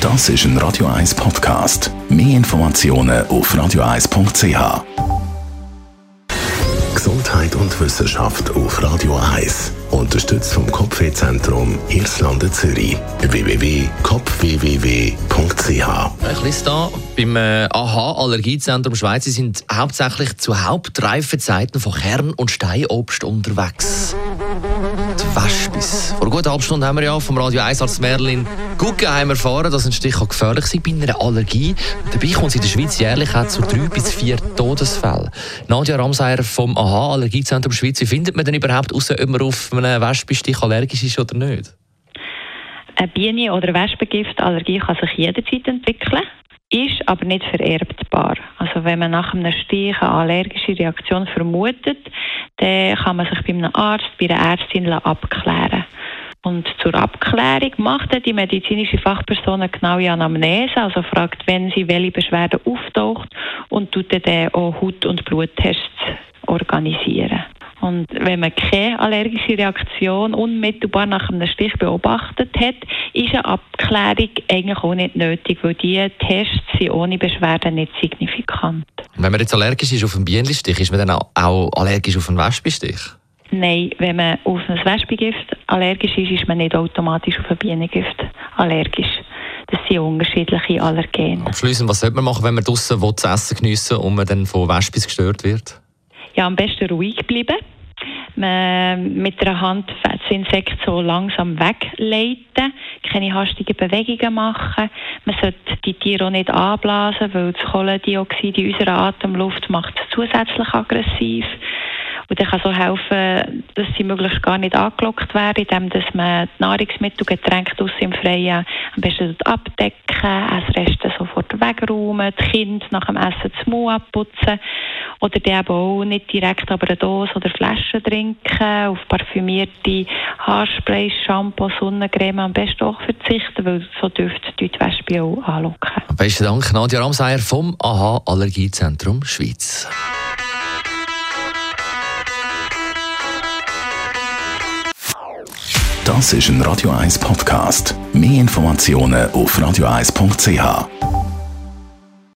Das ist ein Radio 1 Podcast. Mehr Informationen auf radio1.ch. Gesundheit und Wissenschaft auf Radio 1. Unterstützt vom Kopfwehzentrum Irlande Zürich. www.kopfwww.ch. Ich lese hier beim AHA-Allergiezentrum Schweiz, sie sind hauptsächlich zu Hauptreifezeiten von Kern- und Steinobst unterwegs. Die Wespis. Vor einer guten halben Stunde haben wir ja vom Radio 1-Arzt Merlin Guggenheim erfahren, dass ein Stich gefährlich sein kann bei einer Allergie. Dabei kommt es in der Schweiz jährlich auch zu 3 bis 4 Todesfällen. Nadja Ramseyer vom AHA-Allergiezentrum Schweiz, wie findet man denn überhaupt heraus, ob man auf einen Wespenstich allergisch ist oder nicht? Eine Bienen- oder Wespengiftallergie kann sich jederzeit entwickeln, ist aber nicht vererbbar. Also wenn man nach einem Stich eine allergische Reaktion vermutet, dann kann man sich bei einem Arzt, bei einer Ärztin abklären. Und zur Abklärung macht die medizinische Fachperson eine genaue Anamnese, also fragt, wenn sie welche Beschwerden auftaucht und tut dann auch Haut- und Bluttests organisieren. Und wenn man keine allergische Reaktion unmittelbar nach einem Stich beobachtet hat, ist eine Abklärung eigentlich auch nicht nötig, weil diese Tests sind ohne Beschwerden nicht signifikant. Wenn man jetzt allergisch ist auf einen Bienenstich, ist man dann auch allergisch auf einen Wespenstich? Nein, wenn man auf ein Wespengift allergisch ist, ist man nicht automatisch auf ein Bienengift allergisch. Das sind unterschiedliche Allergene. Abschliessend, was sollte man machen, wenn man draussen zu essen geniessen und man dann von Wespis gestört wird? Ja, am besten ruhig bleiben. Man mit der Hand das Insekt so langsam wegleiten, keine hastigen Bewegungen machen. Man sollte die Tiere auch nicht anblasen, weil das Kohlendioxid in unserer Atemluft macht es zusätzlich aggressiv. Und dann kann so helfen, dass sie möglichst gar nicht angelockt werden, indem dass man die Nahrungsmittel und Getränke draussen im Freien am besten abdecken, Essreste sofort wegräumen, die Kinder nach dem Essen das Mund abputzen oder die eben auch nicht direkt aber eine Dose oder Flaschen trinken, auf parfümierte Haarsprays, Shampoo, Sonnencreme am besten auch verzichten, weil so dürfte die Wespe auch anlocken. Besten Dank, Nadja Ramseyer vom AHA-Allergiezentrum Schweiz. Das ist ein Radio 1 Podcast. Mehr Informationen auf radio1.ch.